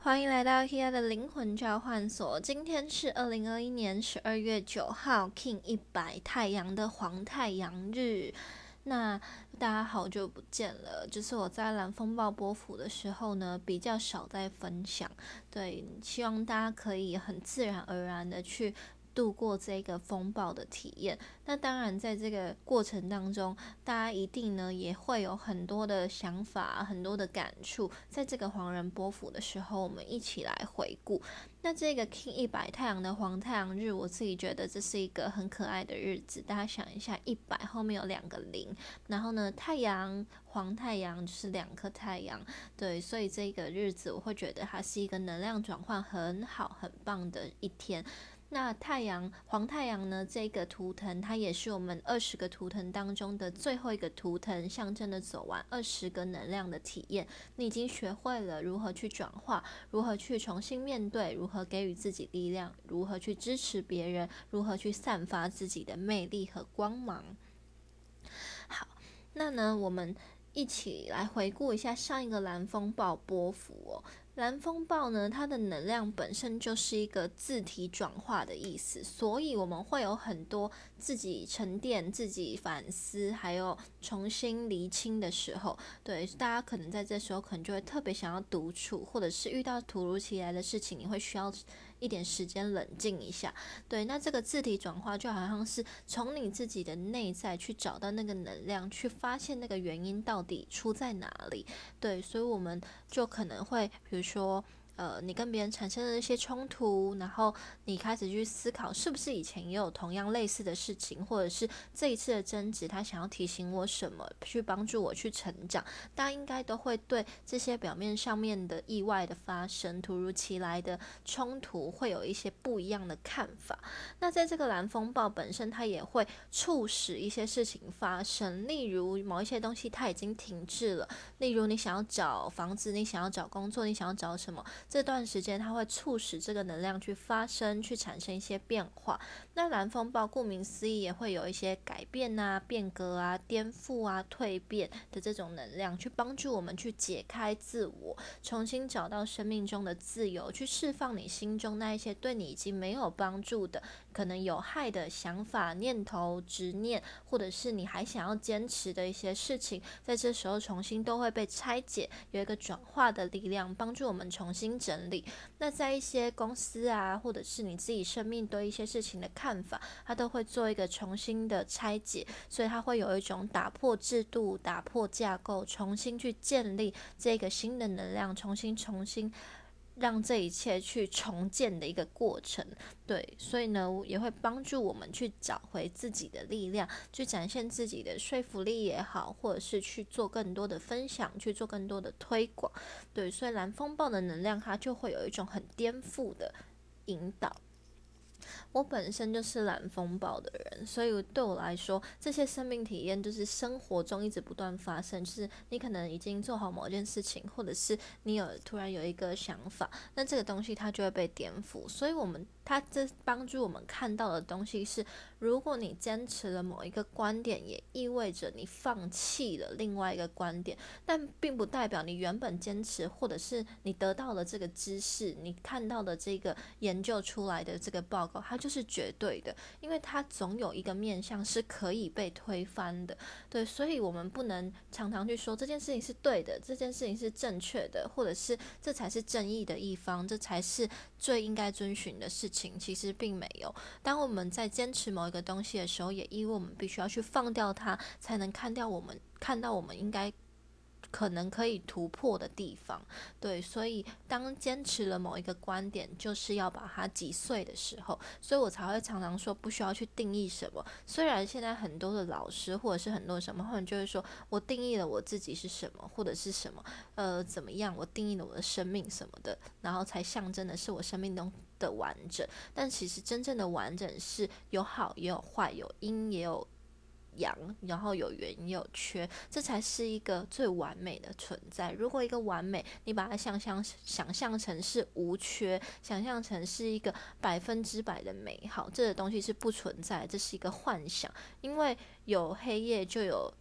欢迎来到 Hea 的灵魂交换所。今天是2021年12月9号 King 100太阳的黄太阳日。那大家好久不见了，就是我在蓝风暴波幅的时候呢，比较少在分享。对，希望大家可以很自然而然的去度过这个风暴的体验。那当然在这个过程当中，大家一定呢也会有很多的想法，很多的感触。在这个黄人波幅的时候，我们一起来回顾。那这个 King 100太阳的黄太阳日，我自己觉得这是一个很可爱的日子。大家想一下，100后面有2个0，然后呢太阳黄太阳就是2颗太阳，对，所以这个日子我会觉得它是一个能量转换很好很棒的一天。那黄太阳呢，这个图腾它也是我们20个图腾当中的最后一个图腾，象征的走完20个能量的体验。你已经学会了如何去转化，如何去重新面对，如何给予自己力量，如何去支持别人，如何去散发自己的魅力和光芒。好，那呢我们一起来回顾一下上一个蓝风暴波幅哦。蓝风暴呢，它的能量本身就是一个自体转化的意思，所以我们会有很多自己沉淀、自己反思，还有重新厘清的时候。对，大家可能在这时候可能就会特别想要独处，或者是遇到突如其来的事情，你会需要一点时间冷静一下。对，那这个自体转化就好像是从你自己的内在去找到那个能量，去发现那个原因到底出在哪里。对，所以我们就可能会比如说你跟别人产生了一些冲突，然后你开始去思考是不是以前也有同样类似的事情，或者是这一次的争执他想要提醒我什么，去帮助我去成长。大家应该都会对这些表面上面的意外的发生，突如其来的冲突会有一些不一样的看法。那在这个蓝风暴本身，它也会促使一些事情发生，例如某一些东西它已经停滞了，例如你想要找房子，你想要找工作，你想要找什么，这段时间它会促使这个能量去发生，去产生一些变化。那蓝风暴顾名思义也会有一些改变啊、变革啊、颠覆啊、蜕变的这种能量，去帮助我们去解开自我，重新找到生命中的自由，去释放你心中那一些对你已经没有帮助的可能有害的想法、念头、执念，或者是你还想要坚持的一些事情，在这时候重新都会被拆解，有一个转化的力量帮助我们重新整理。那在一些公司啊，或者是你自己生命对一些事情的看法，它都会做一个重新的拆解，所以它会有一种打破制度、打破架构，重新去建立这个新的能量，重新让这一切去重建的一个过程。对，所以呢也会帮助我们去找回自己的力量，去展现自己的说服力也好，或者是去做更多的分享，去做更多的推广。对，所以蓝风暴的能量它就会有一种很颠覆的引导。我本身就是蓝风暴的人，所以对我来说，这些生命体验就是生活中一直不断发生，就是你可能已经做好某件事情，或者是你突然有一个想法，那这个东西它就会被颠覆。所以它这帮助我们看到的东西是，如果你坚持了某一个观点，也意味着你放弃了另外一个观点，但并不代表你原本坚持，或者是你得到了这个知识，你看到的这个研究出来的这个报告，它就是绝对的，因为它总有一个面向是可以被推翻的。对，所以我们不能常常去说这件事情是对的，这件事情是正确的，或者是这才是正义的一方，这才是最应该遵循的事情，其实并没有。当我们在坚持某一个东西的时候，也因为我们必须要去放掉它，才能看到我们应该可能可以突破的地方。对，所以当坚持了某一个观点，就是要把它击碎的时候，所以我才会常常说不需要去定义什么。虽然现在很多的老师或者是很多什么，他们就会说我定义了我自己是什么，或者是什么怎么样，我定义了我的生命什么的，然后才象征的是我生命中的完整。但其实真正的完整是有好也有坏，有阴也有阳，然后有圆也有缺，这才是一个最完美的存在。如果一个完美，你把它想象成是无缺，想象成是一个100%的美好，这个东西是不存在，这是一个幻想。因为有黑夜就有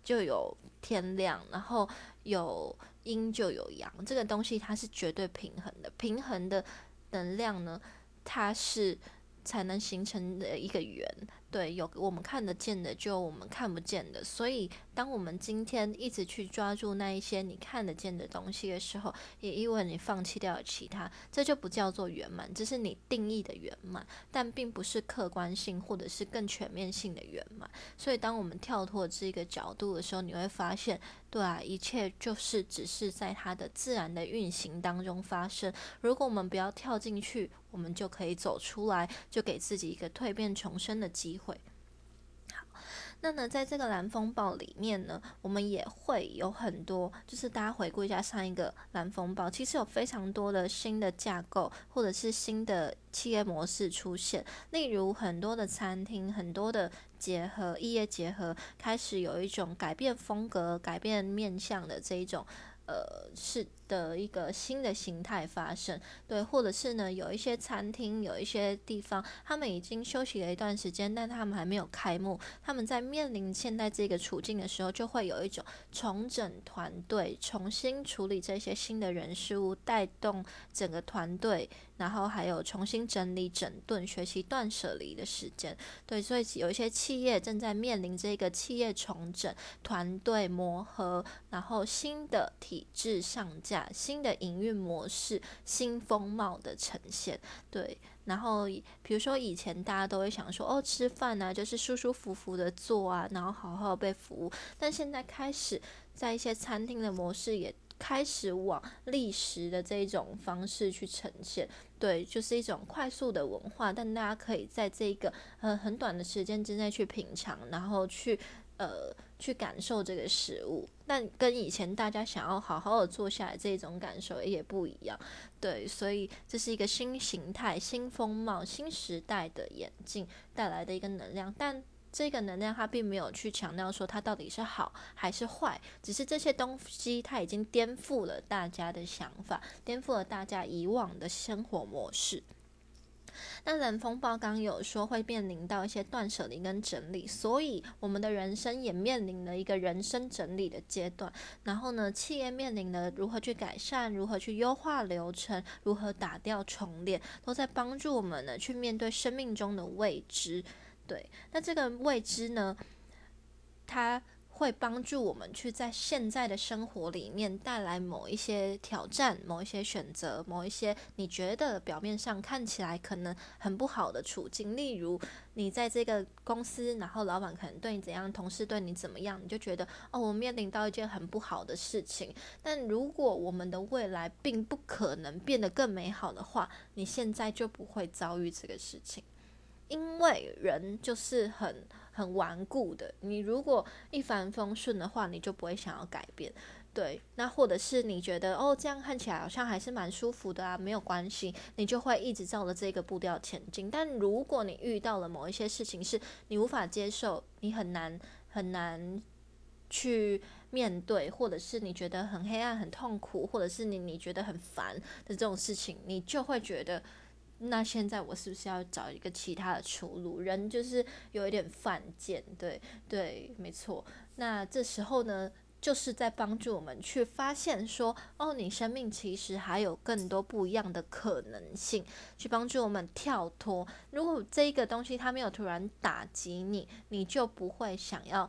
就有天亮，然后有阴就有阳，这个东西它是绝对平衡的。平衡的能量呢，它是才能形成的一个圆。对，有我们看得见的，就有我们看不见的。所以，当我们今天一直去抓住那一些你看得见的东西的时候，也意味你放弃掉了其他，这就不叫做圆满，这是你定义的圆满，但并不是客观性或者是更全面性的圆满。所以，当我们跳脱这个角度的时候，你会发现，对啊，一切就是只是在它的自然的运行当中发生。如果我们不要跳进去，我们就可以走出来，就给自己一个蜕变重生的机会。那呢，在这个蓝风暴里面呢，我们也会有很多，就是大家回顾一下上一个蓝风暴，其实有非常多的新的架构或者是新的企业模式出现，例如很多的餐厅，很多的异业结合，开始有一种改变风格、改变面向的这一种。是的一个新的形态发生，对，或者是呢，有一些餐厅，有一些地方，他们已经休息了一段时间，但他们还没有开幕，他们在面临现在这个处境的时候，就会有一种重整团队，重新处理这些新的人事物，带动整个团队，然后还有重新整理、整顿、学习断舍离的时间。对，所以有一些企业正在面临这个企业重整、团队磨合，然后新的体制上架、新的营运模式、新风貌的呈现。对，然后比如说以前大家都会想说，吃饭啊，就是舒舒服服的做啊，然后好好被服务。但现在开始在一些餐厅的模式也开始往历史的这种方式去呈现。对，就是一种快速的文化，但大家可以在这个很短的时间之内去品尝，然后去感受这个食物，但跟以前大家想要好好的坐下来这种感受也不一样。对，所以这是一个新形态、新风貌、新时代的演进带来的一个能量，但这个能量它并没有去强调说它到底是好还是坏，只是这些东西它已经颠覆了大家的想法，颠覆了大家以往的生活模式。那蓝风暴刚有说会面临到一些断舍离跟整理，所以我们的人生也面临了一个人生整理的阶段。然后呢，企业面临了如何去改善、如何去优化流程、如何打掉重练，都在帮助我们呢去面对生命中的未知。对，那这个未知呢，它会帮助我们去在现在的生活里面带来某一些挑战、某一些选择、某一些你觉得表面上看起来可能很不好的处境。例如你在这个公司，然后老板可能对你怎样，同事对你怎么样，你就觉得我面临到一件很不好的事情。但如果我们的未来并不可能变得更美好的话，你现在就不会遭遇这个事情。因为人就是很顽固的，你如果一帆风顺的话，你就不会想要改变。对，那或者是你觉得这样看起来好像还是蛮舒服的啊，没有关系，你就会一直照着这个步调前进。但如果你遇到了某一些事情是你无法接受，你很难去面对，或者是你觉得很黑暗、很痛苦，或者是你觉得很烦的这种事情，你就会觉得那现在我是不是要找一个其他的出路？人就是有一点犯贱，对，没错。那这时候呢，就是在帮助我们去发现说，你生命其实还有更多不一样的可能性，去帮助我们跳脱。如果这个东西它没有突然打击你，你就不会想要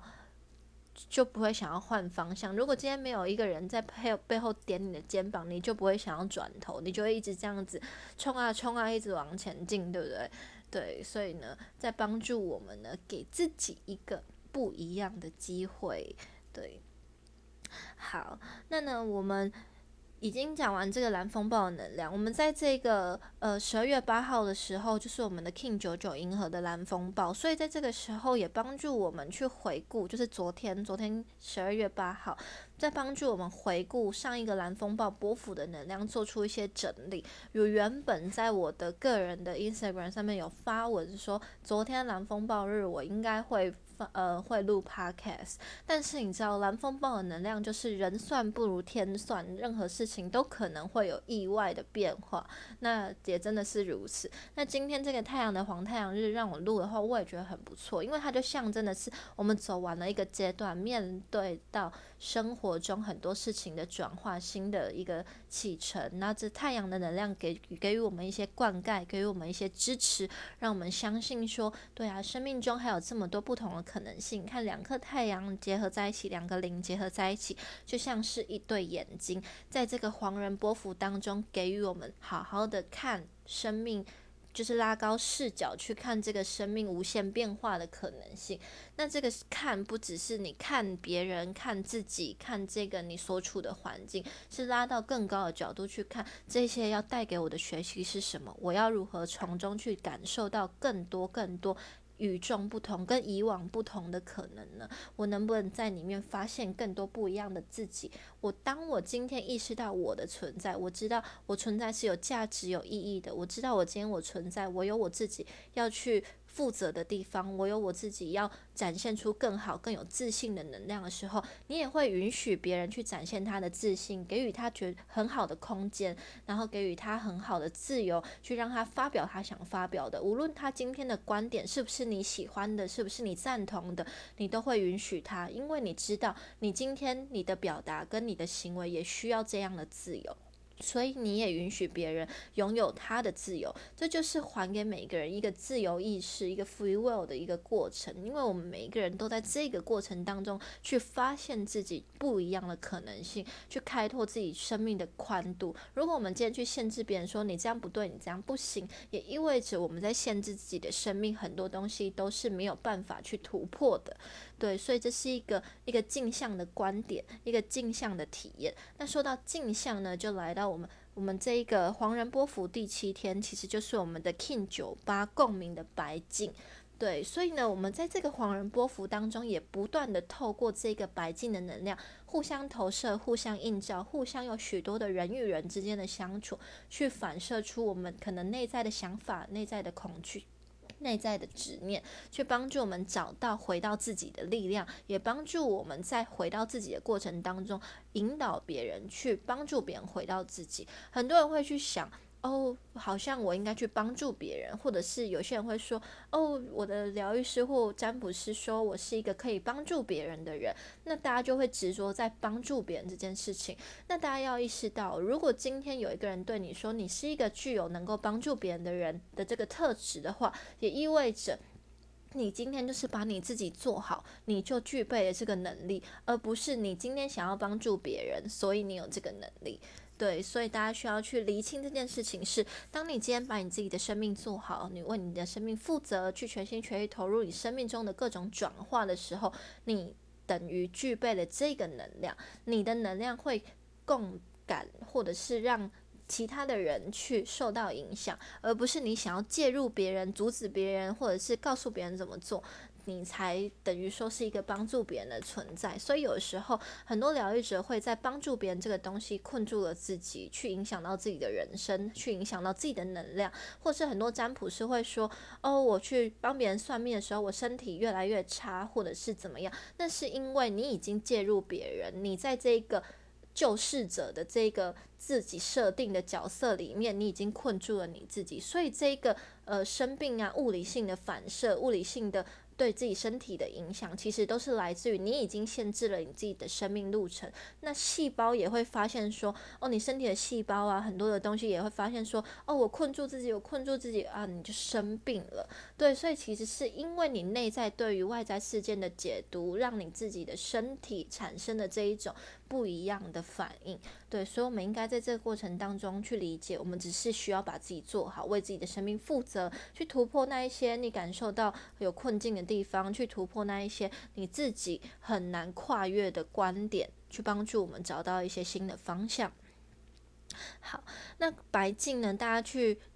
换方向。如果今天没有一个人在背后点你的肩膀，你就不会想要转头，你就会一直这样子冲啊冲啊，一直往前进，对不对？对，所以呢，在帮助我们呢，给自己一个不一样的机会。对，好，那呢，我们已经讲完这个蓝风暴的能量，我们在这个12月8号的时候，就是我们的 King 99银河的蓝风暴，所以在这个时候也帮助我们去回顾，就是昨天12月8号，在帮助我们回顾上一个蓝风暴波幅的能量，做出一些整理。有原本在我的个人的 Instagram 上面有发文说，昨天蓝风暴日我应该会会录 podcast， 但是你知道蓝风暴的能量就是人算不如天算，任何事情都可能会有意外的变化，那也真的是如此。那今天这个太阳的黄太阳日让我录的话，我也觉得很不错，因为它就象征的是我们走完了一个阶段，面对到生活中很多事情的转化，新的一个启程。那这太阳的能量给予我们一些灌溉，给予我们一些支持，让我们相信说，对啊，生命中还有这么多不同的可能性。看两颗太阳结合在一起，两个灵结合在一起，就像是一对眼睛，在这个黄人波符当中，给予我们好好的看生命，就是拉高视角去看这个生命无限变化的可能性。那这个看不只是你看别人、看自己、看这个你所处的环境，是拉到更高的角度去看这些要带给我的学习是什么，我要如何从中去感受到更多与众不同跟以往不同的可能呢？我能不能在里面发现更多不一样的自己？当我今天意识到我的存在，我知道我存在是有价值有意义的，我知道我今天我存在，我有我自己要去负责的地方，我有我自己要展现出更好更有自信的能量的时候，你也会允许别人去展现他的自信，给予他很好的空间，然后给予他很好的自由，去让他发表他想发表的，无论他今天的观点是不是你喜欢的，是不是你赞同的，你都会允许他，因为你知道你今天你的表达跟你的行为也需要这样的自由，所以你也允许别人拥有他的自由，这就是还给每个人一个自由意识，一个 free will 的一个过程。因为我们每一个人都在这个过程当中去发现自己不一样的可能性，去开拓自己生命的宽度。如果我们今天去限制别人说你这样不对，你这样不行，也意味着我们在限制自己的生命，很多东西都是没有办法去突破的。对，所以这是一个镜像的观点，一个镜像的体验。那说到镜像呢，就来到我们这一个黄人波符第7天，其实就是我们的 King 98共鸣的白镜。对，所以呢，我们在这个黄人波符当中，也不断的透过这个白镜的能量，互相投射、互相映照、互相有许多的人与人之间的相处，去反射出我们可能内在的想法、内在的恐惧、内在的执念，去帮助我们找到回到自己的力量，也帮助我们在回到自己的过程当中，引导别人去帮助别人回到自己。很多人会去想，好像我应该去帮助别人，或者是有些人会说，我的疗愈师或占卜师说我是一个可以帮助别人的人，那大家就会执着在帮助别人这件事情。那大家要意识到，如果今天有一个人对你说你是一个具有能够帮助别人的人的这个特质的话，也意味着你今天就是把你自己做好，你就具备了这个能力，而不是你今天想要帮助别人，所以你有这个能力。对，所以大家需要去厘清这件事情是，当你今天把你自己的生命做好，你为你的生命负责，去全心全意投入你生命中的各种转化的时候，你等于具备了这个能量，你的能量会共感，或者是让其他的人去受到影响，而不是你想要介入别人、阻止别人，或者是告诉别人怎么做，你才等于说是一个帮助别人的存在。所以有时候很多疗愈者会在帮助别人这个东西困住了自己，去影响到自己的人生，去影响到自己的能量，或是很多占卜师会说，我去帮别人算命的时候，我身体越来越差，或者是怎么样，那是因为你已经介入别人，你在这个救世者的这个自己设定的角色里面，你已经困住了你自己，所以这个生病啊，物理性的反射，物理性的对自己身体的影响，其实都是来自于你已经限制了你自己的生命路程。那细胞也会发现说，你身体的细胞啊，很多的东西也会发现说，我困住自己啊，你就生病了。对，所以其实是因为你内在对于外在事件的解读，让你自己的身体产生的这一种不一样的反应。对，所以我们应该在这个过程当中去理解，我们只是需要把自己做好，为自己的生命负责，去突破那一些你感受到有困境的地方，去突破那一些你自己很难跨越的观点，去帮助我们找到一些新的方向。好，那白镜呢，大家去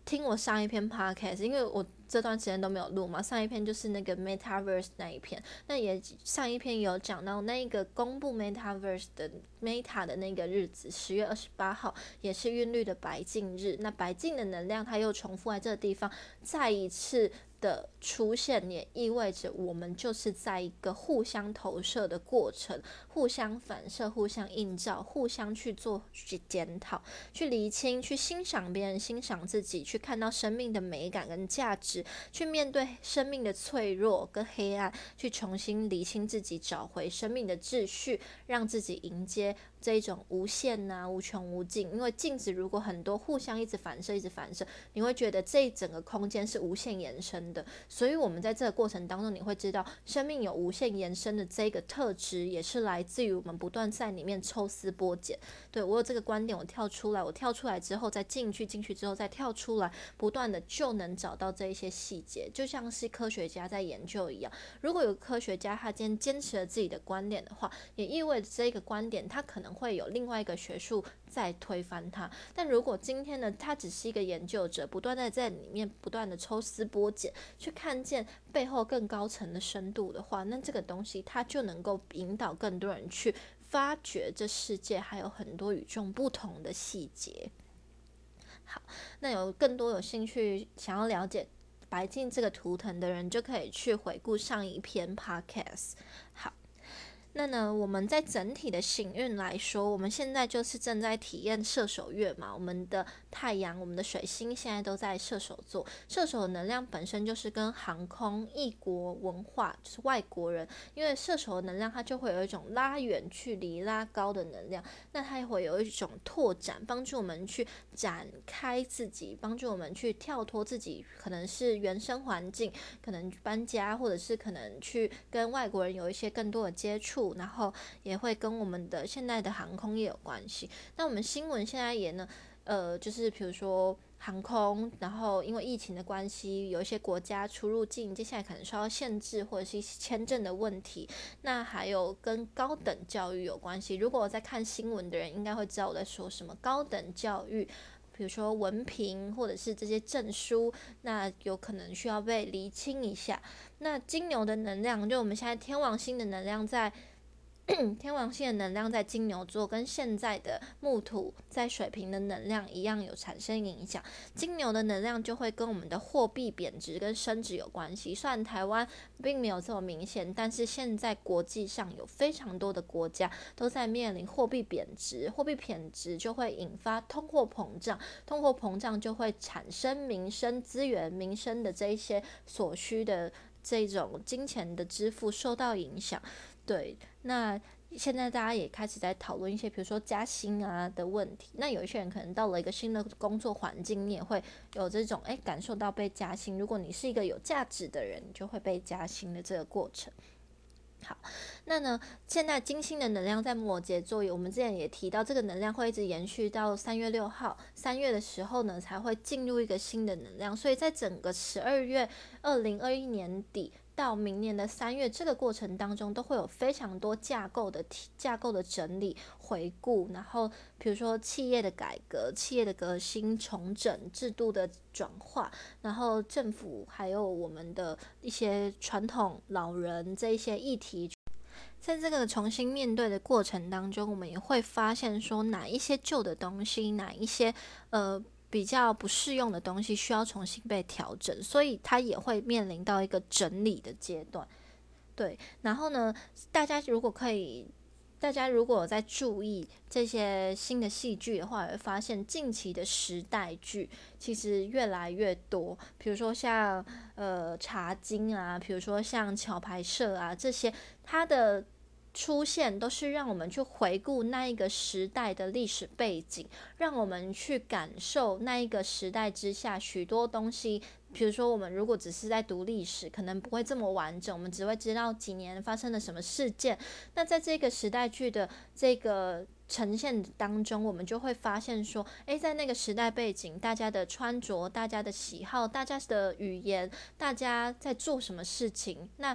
听我上一篇 podcast， 因为我这段时间都没有录嘛，上一篇就是那个 Metaverse 那一篇，那也上一篇有讲到那个公布 Metaverse 的 Meta 的那个日子，10月28号也是韵律的白镜日，那白镜的能量它又重复在这个地方再一次的出现，也意味着我们就是在一个互相投射的过程，互相反射，互相映照，互相去做检讨，去厘清，去欣赏别人，欣赏自己，去看到生命的美感跟价值，去面对生命的脆弱跟黑暗，去重新厘清自己，找回生命的秩序，让自己迎接这一种无限啊、无穷无尽。因为镜子如果很多互相一直反射，你会觉得这一整个空间是无限延伸的。所以我们在这个过程当中，你会知道生命有无限延伸的这个特质，也是来自于我们不断在里面抽丝剥茧。对，我有这个观点，我跳出来之后再进去之后再跳出来，不断的就能找到这一些细节，就像是科学家在研究一样。如果有科学家他今天坚持了自己的观点的话，也意味着这个观点他可能会有另外一个学术在推翻它。但如果今天呢，他只是一个研究者，不断的在里面不断的抽丝剥茧，去看见背后更高层的深度的话，那这个东西它就能够引导更多人去发掘这世界还有很多与众不同的细节。好，那有更多有兴趣想要了解白镜这个图腾的人，就可以去回顾上一篇 podcast。 好，那呢，我们在整体的行运来说，我们现在就是正在体验射手月嘛，我们的太阳、我们的水星现在都在射手座，射手的能量本身就是跟航空、异国文化，就是外国人，因为射手的能量它就会有一种拉远距离、拉高的能量，那它也会有一种拓展，帮助我们去展开自己，帮助我们去跳脱自己，可能是原生环境，可能搬家，或者是可能去跟外国人有一些更多的接触，然后也会跟我们的现在的航空业有关系。那我们新闻现在也呢，就是比如说航空，然后因为疫情的关系，有一些国家出入境接下来可能受到限制，或者是签证的问题。那还有跟高等教育有关系，如果我在看新闻的人应该会知道我在说什么。高等教育比如说文凭或者是这些证书，那有可能需要被厘清一下。那金牛的能量，就我们现在天王星的能量在天王星的能量在金牛座，跟现在的木土在水瓶的能量一样有产生影响。金牛的能量就会跟我们的货币贬值跟升值有关系。虽然台湾并没有这么明显，但是现在国际上有非常多的国家都在面临货币贬值，货币贬值就会引发通货膨胀，通货膨胀就会产生民生资源、民生的这一些所需的这种金钱的支付受到影响。对，那现在大家也开始在讨论一些比如说加薪啊的问题，那有一些人可能到了一个新的工作环境，你也会有这种感受到被加薪，如果你是一个有价值的人，你就会被加薪的这个过程。好，那呢，现在金星的能量在摩羯座，我们之前也提到，这个能量会一直延续到3月6号，3月的时候呢才会进入一个新的能量，所以在整个12月2021年底到明年的3月这个过程当中，都会有非常多架构的整理、回顾，然后比如说企业的改革、企业的革新、重整、制度的转化，然后政府还有我们的一些传统老人这一些议题。在这个重新面对的过程当中，我们也会发现说哪一些旧的东西，哪一些比较不适用的东西需要重新被调整，所以它也会面临到一个整理的阶段。对，然后呢，大家如果有在注意这些新的戏剧的话，也会发现近期的时代剧其实越来越多，比如说像茶金啊，比如说像桥牌社啊，这些它的出现都是让我们去回顾那一个时代的历史背景，让我们去感受那一个时代之下许多东西。比如说我们如果只是在读历史，可能不会这么完整，我们只会知道几年发生了什么事件。那在这个时代剧的这个呈现当中，我们就会发现说，在那个时代背景，大家的穿着、大家的喜好、大家的语言、大家在做什么事情，那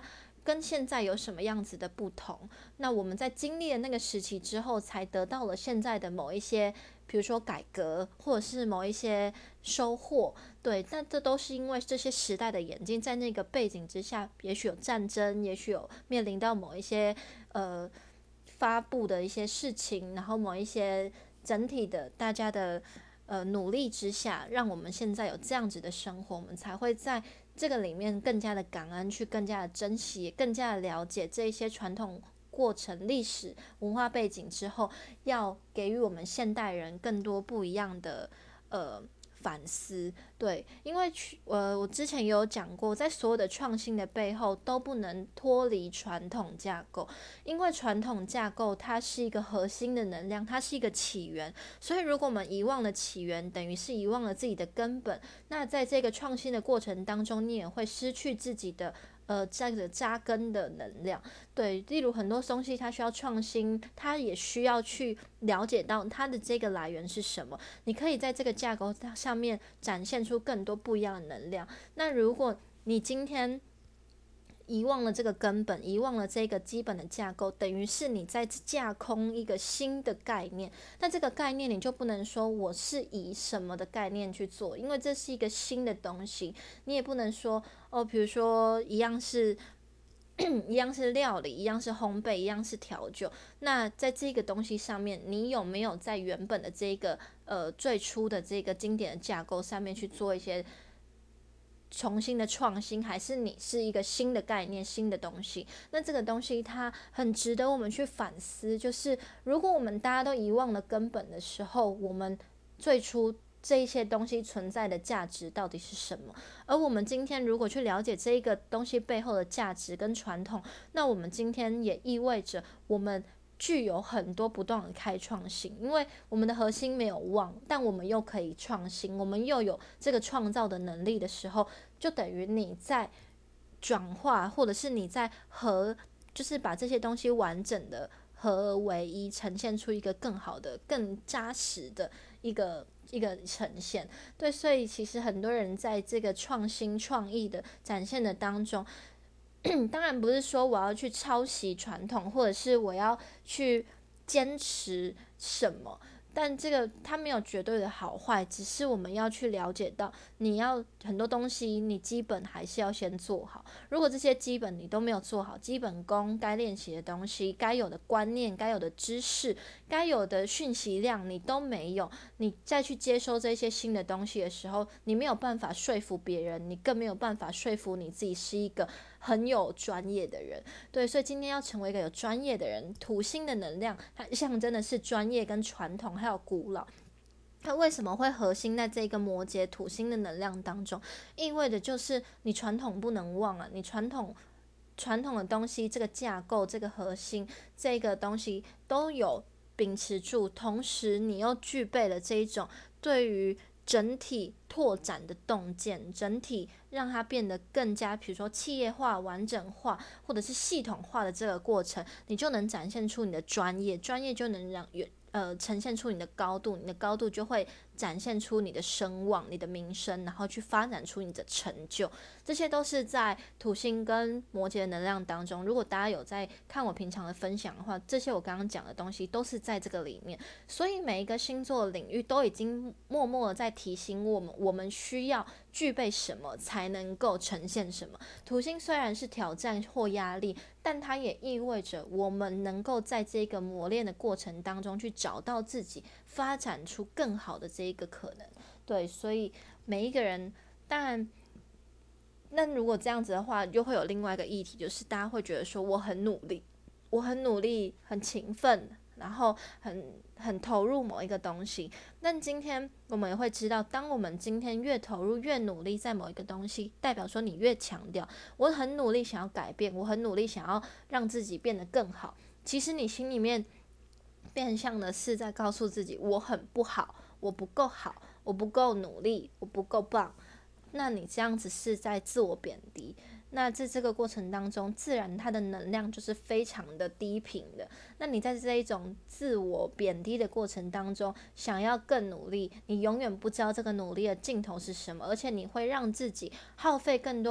跟现在有什么样子的不同？那我们在经历了那个时期之后，才得到了现在的某一些，比如说改革，或者是某一些收获。对，但这都是因为这些时代的演进，在那个背景之下，也许有战争，也许有面临到某一些发布的一些事情，然后某一些整体的大家的努力之下，让我们现在有这样子的生活，我们才会在这个里面更加的感恩，去更加的珍惜，更加的了解这一些传统过程、历史文化背景之后，要给予我们现代人更多不一样的反思。对，因为我之前也有讲过，在所有的创新的背后都不能脱离传统架构，因为传统架构它是一个核心的能量，它是一个起源，所以如果我们遗忘了起源，等于是遗忘了自己的根本，那在这个创新的过程当中，你也会失去自己的这个扎根的能量。对，例如很多东西它需要创新，它也需要去了解到它的这个来源是什么，你可以在这个架构上面展现出更多不一样的能量。那如果你今天遗忘了这个根本，遗忘了这个基本的架构，等于是你在架空一个新的概念。那这个概念你就不能说我是以什么的概念去做，因为这是一个新的东西。你也不能说比如说一样是料理，一样是烘焙，一样是调酒。那在这个东西上面，你有没有在原本的这个最初的这个经典的架构上面去做一些重新的创新，还是你是一个新的概念、新的东西？那这个东西它很值得我们去反思。就是如果我们大家都遗忘了根本的时候，我们最初这一些东西存在的价值到底是什么？而我们今天如果去了解这一个东西背后的价值跟传统，那我们今天也意味着我们具有很多不断的开创性，因为我们的核心没有忘，但我们又可以创新，我们又有这个创造的能力的时候，就等于你在转化，或者是你在就是把这些东西完整的合而为一，呈现出一个更好的、更扎实的一个呈现。对，所以其实很多人在这个创新创意的展现的当中，当然不是说我要去抄袭传统，或者是我要去坚持什么，但这个它没有绝对的好坏，只是我们要去了解到，你要很多东西，你基本还是要先做好。如果这些基本你都没有做好，基本功该练习的东西、该有的观念、该有的知识、该有的讯息量你都没有，你再去接收这些新的东西的时候，你没有办法说服别人，你更没有办法说服你自己是一个很有专业的人。对，所以今天要成为一个有专业的人，土星的能量它象征的是专业跟传统还有古老。它为什么会核心在这个摩羯土星的能量当中？意味着就是你传统不能忘啊，你传统的东西，这个架构、这个核心、这个东西都有秉持住，同时你又具备了这一种对于整体拓展的洞见，整体让它变得更加，比如说企业化、完整化，或者是系统化的这个过程，你就能展现出你的专业，专业就能呈现出你的高度，你的高度就会展现出你的声望、你的名声，然后去发展出你的成就。这些都是在土星跟摩羯的能量当中。如果大家有在看我平常的分享的话，这些我刚刚讲的东西都是在这个里面。所以每一个星座的领域都已经默默的在提醒我们需要具备什么才能够呈现什么。土星虽然是挑战或压力，但它也意味着我们能够在这个磨练的过程当中去找到自己，发展出更好的这一个可能。对，所以每一个人，当然那如果这样子的话，又会有另外一个议题，就是大家会觉得说我很努力，很勤奋，然后很投入某一个东西。但今天我们也会知道，当我们今天越投入、越努力在某一个东西，代表说你越强调我很努力想要改变，我很努力想要让自己变得更好。其实你心里面变相的是在告诉自己，我很不好，我不够好，我不够努力，我不够棒。那你这样子是在自我贬低，那在这个过程当中，自然它的能量就是非常的低频的。那你在这一种自我贬低的过程当中，想要更努力，你永远不知道这个努力的尽头是什么，而且你会让自己耗费更多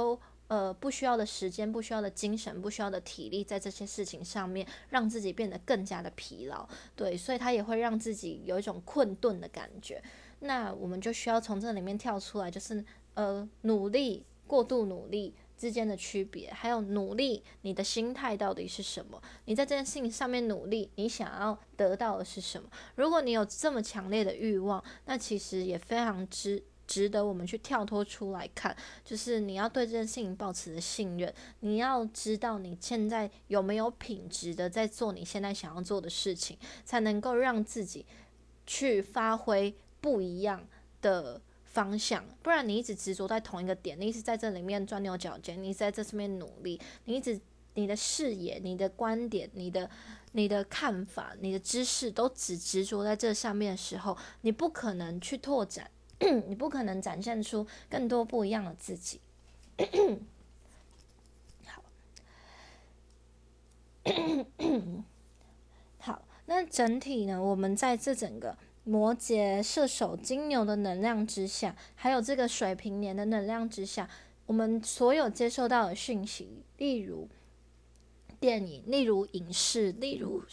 不需要的时间、不需要的精神、不需要的体力在这些事情上面，让自己变得更加的疲劳。对，所以他也会让自己有一种困顿的感觉。那我们就需要从这里面跳出来，就是努力、过度努力之间的区别，还有努力你的心态到底是什么？你在这件事情上面努力，你想要得到的是什么？如果你有这么强烈的欲望，那其实也非常值得我们去跳脱出来看，就是你要对这件事情抱持的信任，你要知道你现在有没有品质的在做你现在想要做的事情，才能够让自己去发挥不一样的方向。不然你一直执着在同一个点，你一直在这里面钻牛角尖，你一直在这上面努力，你的视野、你的观点、你的看法、你的知识都只执着在这上面的时候，你不可能去拓展你不可能展现出更多不一样的自己。好，那整体呢，我们在这整个摩羯、射手、金牛的能量之下，还有这个水瓶年的能量之下，我们所有接受到的讯息，例如电影，例如影视，例如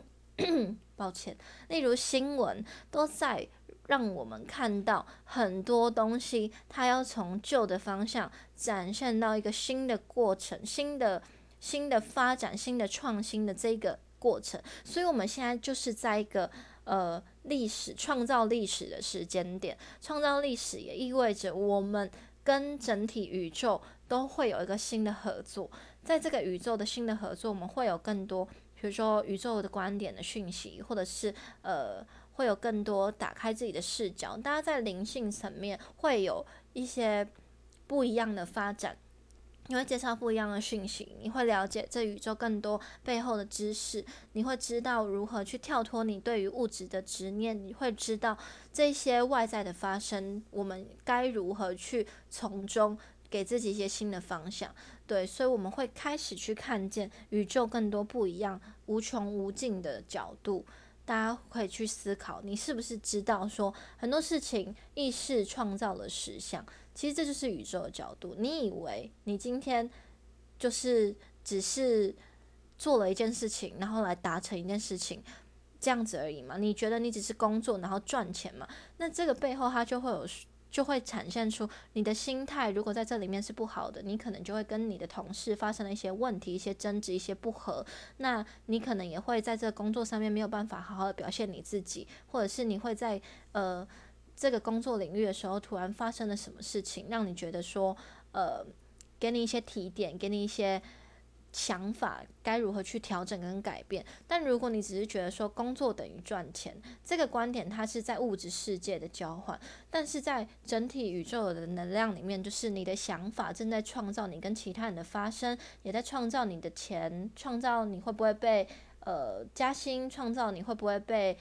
例如新闻，都在让我们看到很多东西，它要从旧的方向展现到一个新的过程、新的发展、新的创新的这个过程。所以我们现在就是在一个创造历史的时间点，创造历史也意味着我们跟整体宇宙都会有一个新的合作。在这个宇宙的新的合作，我们会有更多，比如说宇宙的观点的讯息，或者是会有更多打开自己的视角。大家在灵性层面会有一些不一样的发展，你会介绍不一样的讯息，你会了解这宇宙更多背后的知识，你会知道如何去跳脱你对于物质的执念，你会知道这些外在的发生，我们该如何去从中给自己一些新的方向。对，所以我们会开始去看见宇宙更多不一样、无穷无尽的角度。大家可以去思考，你是不是知道说很多事情意识创造了实相，其实这就是宇宙的角度。你以为你今天就是只是做了一件事情，然后来达成一件事情，这样子而已嘛？你觉得你只是工作然后赚钱嘛？那这个背后它就会展现出你的心态，如果在这里面是不好的，你可能就会跟你的同事发生了一些问题、一些争执、一些不和。那你可能也会在这个工作上面没有办法好好的表现你自己，或者是你会在这个工作领域的时候，突然发生了什么事情，让你觉得说给你一些提点，给你一些想法该如何去调整跟改变。但如果你只是觉得说工作等于赚钱，这个观点它是在物质世界的交换，但是在整体宇宙的能量里面，就是你的想法正在创造你跟其他人的发生，也在创造你的钱，创造你会不会被加薪，创造你会不会被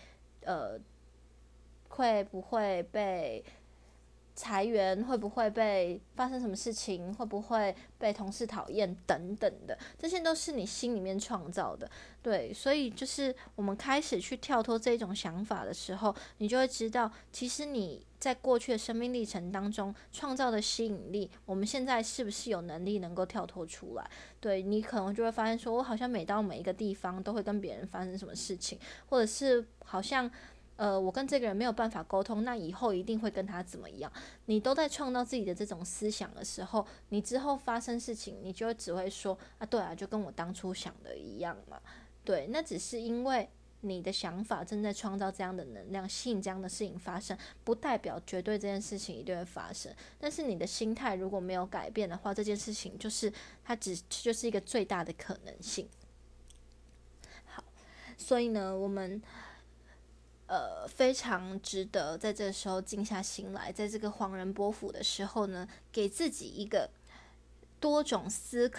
会不会被裁员，会不会被发生什么事情，会不会被同事讨厌等等的，这些都是你心里面创造的。对，所以就是我们开始去跳脱这种想法的时候，你就会知道，其实你在过去的生命历程当中创造的吸引力，我们现在是不是有能力能够跳脱出来？对，你可能就会发现说，我好像每到每一个地方都会跟别人发生什么事情，或者是好像我跟这个人没有办法沟通，那以后一定会跟他怎么样？你都在创造自己的这种思想的时候，你之后发生事情，你就只会说啊，对啊，就跟我当初想的一样嘛。对，那只是因为你的想法正在创造这样的能量，吸引这样的事情发生，不代表绝对这件事情一定会发生。但是你的心态如果没有改变的话，这件事情它就是一个最大的可能性。好，所以呢，我们非常值得在这时候静下心来，在这个恍然波符的时候呢，给自己一个多种思考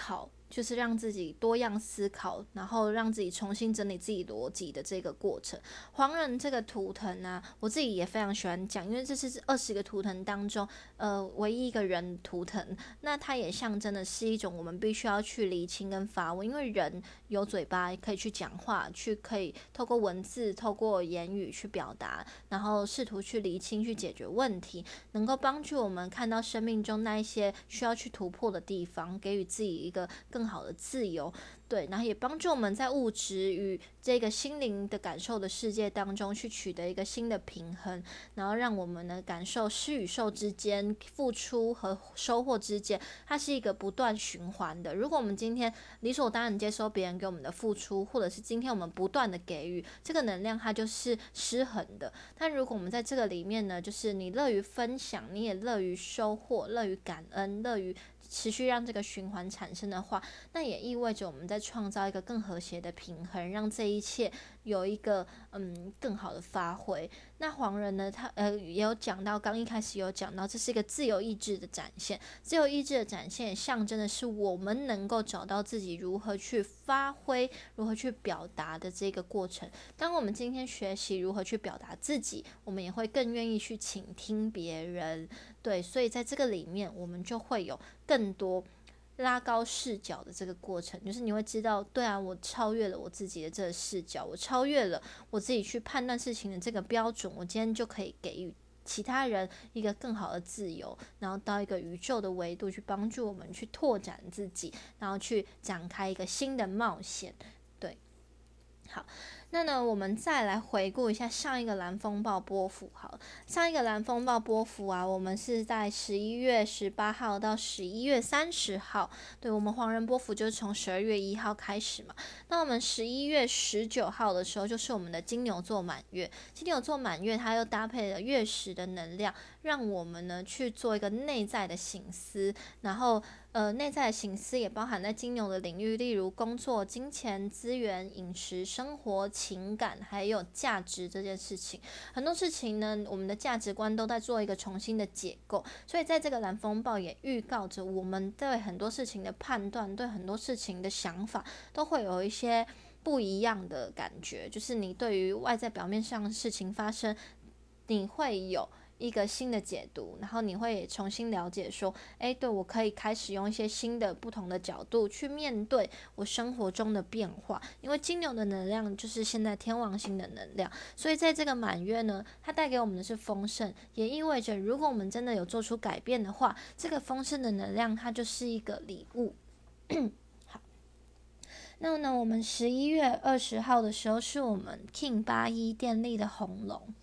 就是让自己多样思考，然后让自己重新整理自己逻辑的这个过程。黄人这个图腾啊，我自己也非常喜欢讲，因为这是20个图腾当中唯一一个人图腾，那它也象征的是一种我们必须要去厘清跟发问，因为人有嘴巴可以去讲话，可以透过文字透过言语去表达，然后试图去厘清去解决问题，能够帮助我们看到生命中那一些需要去突破的地方，给予自己一个更好的自由。对，然后也帮助我们在物质与这个心灵的感受的世界当中去取得一个新的平衡，然后让我们呢感受施与受之间，付出和收获之间，它是一个不断循环的。如果我们今天理所当然接收别人给我们的付出，或者是今天我们不断的给予，这个能量它就是失衡的。但如果我们在这个里面呢，就是你乐于分享，你也乐于收获，乐于感恩，乐于持续让这个循环产生的话，那也意味着我们在创造一个更和谐的平衡，让这一切有一个更好的发挥。那黄人呢，他也有讲到，刚一开始有讲到，这是一个自由意志的展现。自由意志的展现也象征的是我们能够找到自己如何去发挥、如何去表达的这个过程。当我们今天学习如何去表达自己，我们也会更愿意去倾听别人。对，所以在这个里面，我们就会有更多拉高视角的这个过程，就是你会知道，对啊，我超越了我自己的这个视角，我超越了我自己去判断事情的这个标准，我今天就可以给予其他人一个更好的自由，然后到一个宇宙的维度去帮助我们去拓展自己，然后去展开一个新的冒险。对，好。那呢，我们再来回顾一下上一个蓝风暴波幅。好，上一个蓝风暴波幅啊，我们是在11月18号到11月30号。对，我们黄人波幅就是从12月1号开始嘛。那我们11月19号的时候，就是我们的金牛座满月。金牛座满月，它又搭配了月食的能量，让我们呢去做一个内在的省思，然后内在的省思也包含在金牛的领域，例如工作、金钱、资源、饮食、生活、情感，还有价值这件事情。很多事情呢，我们的价值观都在做一个重新的解构，所以在这个蓝风暴也预告着我们对很多事情的判断，对很多事情的想法，都会有一些不一样的感觉。就是你对于外在表面上的事情发生，你会有一个新的解读，然后你会重新了解说，对，我可以开始用一些新的不同的角度去面对我生活中的变化。因为金牛的能量就是现在天王星的能量，所以在这个满月呢，它带给我们的是丰盛，也意味着如果我们真的有做出改变的话，这个丰盛的能量它就是一个礼物。好，那呢，我们11月20号的时候是我们 King 81电力的红龙。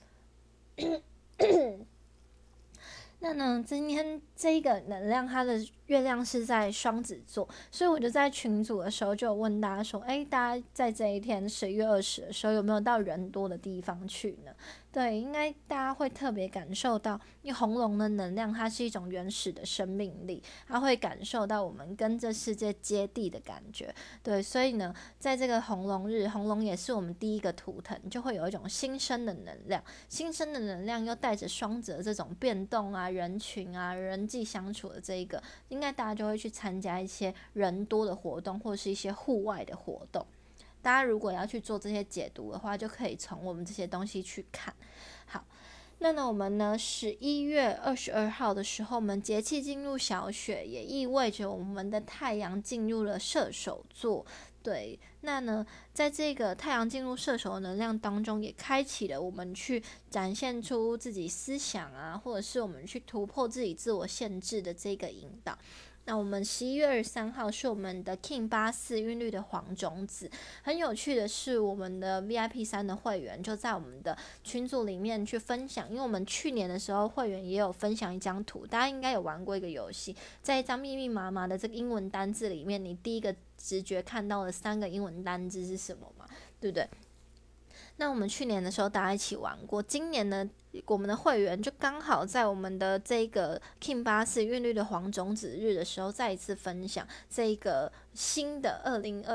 那呢，今天这个能量，它的月亮是在双子座，所以我就在群组的时候就有问大家说，大家在这一天11月20的时候有没有到人多的地方去呢？对，应该大家会特别感受到，因为红龙的能量它是一种原始的生命力，它会感受到我们跟这世界接地的感觉。对，所以呢，在这个红龙日，红龙也是我们第一个图腾，就会有一种新生的能量，新生的能量又带着双子的这种变动啊、人群啊、人际相处的这一个，应该大家就会去参加一些人多的活动，或是一些户外的活动。大家如果要去做这些解读的话，就可以从我们这些东西去看。好，那呢，我们呢11月22号的时候，我们节气进入小雪，也意味着我们的太阳进入了射手座。对，那呢，在这个太阳进入射手的能量当中，也开启了我们去展现出自己思想啊，或者是我们去突破自己自我限制的这个引导。那我们11月23号是我们的 King 84韵律的黄种子。很有趣的是，我们的 VIP3 的会员就在我们的群组里面去分享，因为我们去年的时候会员也有分享一张图，大家应该有玩过一个游戏，在一张密密麻麻的这个英文单字里面，你第一个直觉看到的3个英文单字是什么嘛？对不对？那我们去年的时候大家一起玩过，今年呢，我们的会员就刚好在我们的这个 King 84韵律的黄种子日的时候，再一次分享这个新的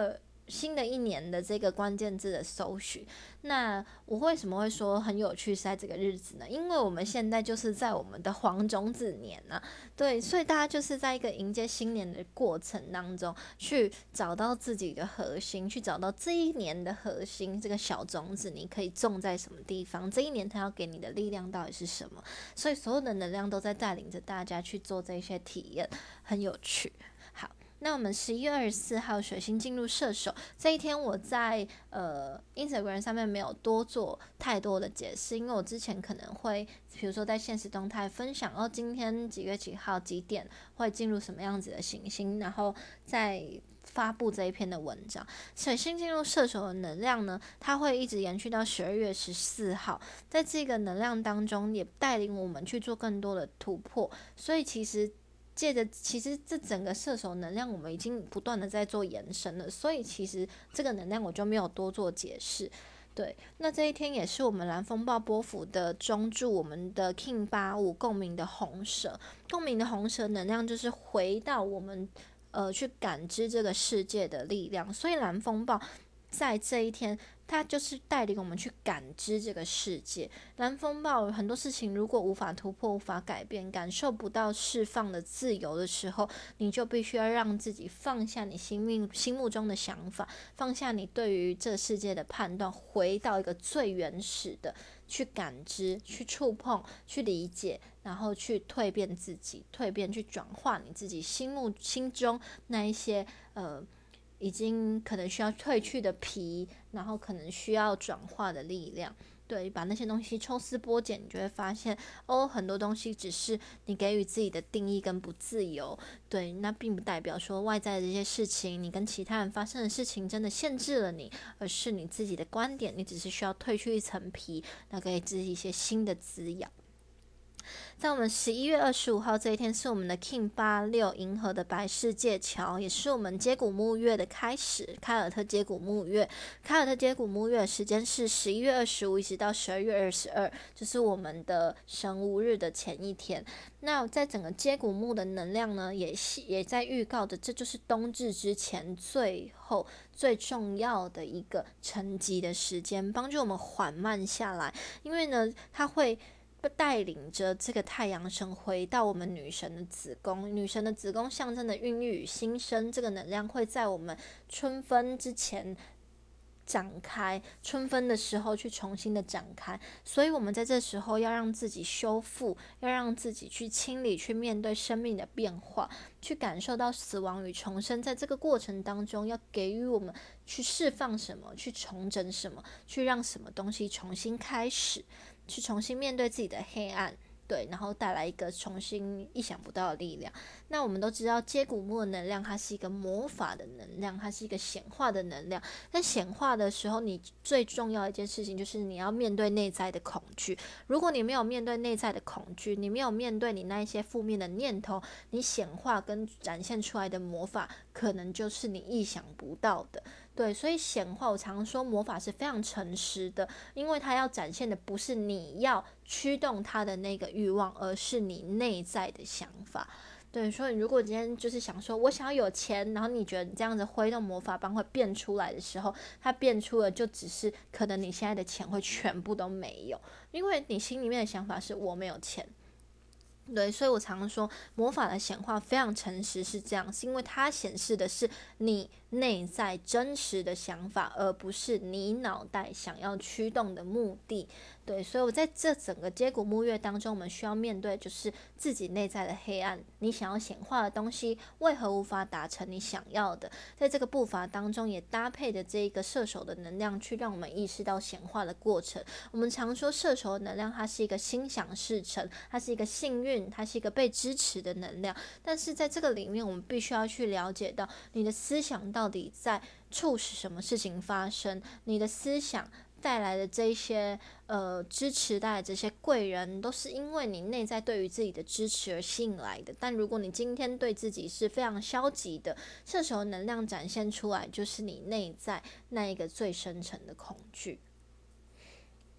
新的一年的这个关键字的搜寻。那我为什么会说很有趣是在这个日子呢？因为我们现在就是在我们的黄种子年啊，对，所以大家就是在一个迎接新年的过程当中，去找到自己的核心，去找到这一年的核心，这个小种子你可以种在什么地方，这一年它要给你的力量到底是什么，所以所有的能量都在带领着大家去做这些体验，很有趣。好，那我们11月24号水星进入射手这一天，我在Instagram 上面没有多做太多的解释，因为我之前可能会比如说在现实动态分享今天几月几号几点会进入什么样子的行星，然后再发布这一篇的文章。水星进入射手的能量呢，它会一直延续到12月14号，在这个能量当中也带领我们去做更多的突破，所以其实这整个射手能量我们已经不断的在做延伸了，所以其实这个能量我就没有多做解释。对，那这一天也是我们蓝风暴波幅的中柱，我们的 King 85共鸣的红蛇，共鸣的红蛇能量就是回到我们去感知这个世界的力量，所以蓝风暴在这一天它就是带领我们去感知这个世界。蓝风暴很多事情如果无法突破无法改变，感受不到释放的自由的时候，你就必须要让自己放下你心目中的想法，放下你对于这个世界的判断，回到一个最原始的去感知去触碰去理解，然后去蜕变自己，蜕变去转化你自己心中那一些已经可能需要褪去的皮，然后可能需要转化的力量。对，把那些东西抽丝剥茧，你就会发现很多东西只是你给予自己的定义跟不自由。对，那并不代表说外在的这些事情，你跟其他人发生的事情真的限制了你，而是你自己的观点，你只是需要褪去一层皮，那给自己一些新的滋养。在我们11月25号这一天，是我们的 King 86银河的白世界桥，也是我们接骨木月的开始，凯尔特接骨木月。凯尔特接骨木月的时间是11月25一直到12月22，就是我们的神无日的前一天。那在整个接骨木的能量呢，也在预告着，这就是冬至之前最后最重要的一个沉积的时间，帮助我们缓慢下来。因为呢，它会带领着这个太阳神回到我们女神的子宫，女神的子宫象征的孕育与新生，这个能量会在我们春分之前展开，春分的时候去重新的展开，所以我们在这时候要让自己修复，要让自己去清理，去面对生命的变化，去感受到死亡与重生，在这个过程当中要给予我们去释放什么，去重整什么，去让什么东西重新开始，去重新面对自己的黑暗，对，然后带来一个重新意想不到的力量。那我们都知道接骨木的能量它是一个魔法的能量，它是一个显化的能量，在显化的时候你最重要的一件事情就是你要面对内在的恐惧。如果你没有面对内在的恐惧，你没有面对你那一些负面的念头，你显化跟展现出来的魔法可能就是你意想不到的。对，所以显化我常说魔法是非常诚实的，因为它要展现的不是你要驱动它的那个欲望，而是你内在的想法。对，所以如果今天就是想说我想要有钱，然后你觉得你这样子挥动魔法棒会变出来的时候，它变出了就只是可能你现在的钱会全部都没有，因为你心里面的想法是我没有钱。对，所以我常说魔法的显化非常诚实，是这样，是因为它显示的是你内在真实的想法，而不是你脑袋想要驱动的目的。对，所以我在这整个接骨木月当中，我们需要面对就是自己内在的黑暗，你想要显化的东西为何无法达成你想要的，在这个步伐当中也搭配的这一个射手的能量，去让我们意识到显化的过程。我们常说射手的能量它是一个心想事成，它是一个幸运，它是一个被支持的能量，但是在这个里面我们必须要去了解到你的思想到底在促使什么事情发生，你的思想带来的这些支持，带来的这些贵人，都是因为你内在对于自己的支持而吸引来的。但如果你今天对自己是非常消极的，射手能量展现出来就是你内在那一个最深层的恐惧。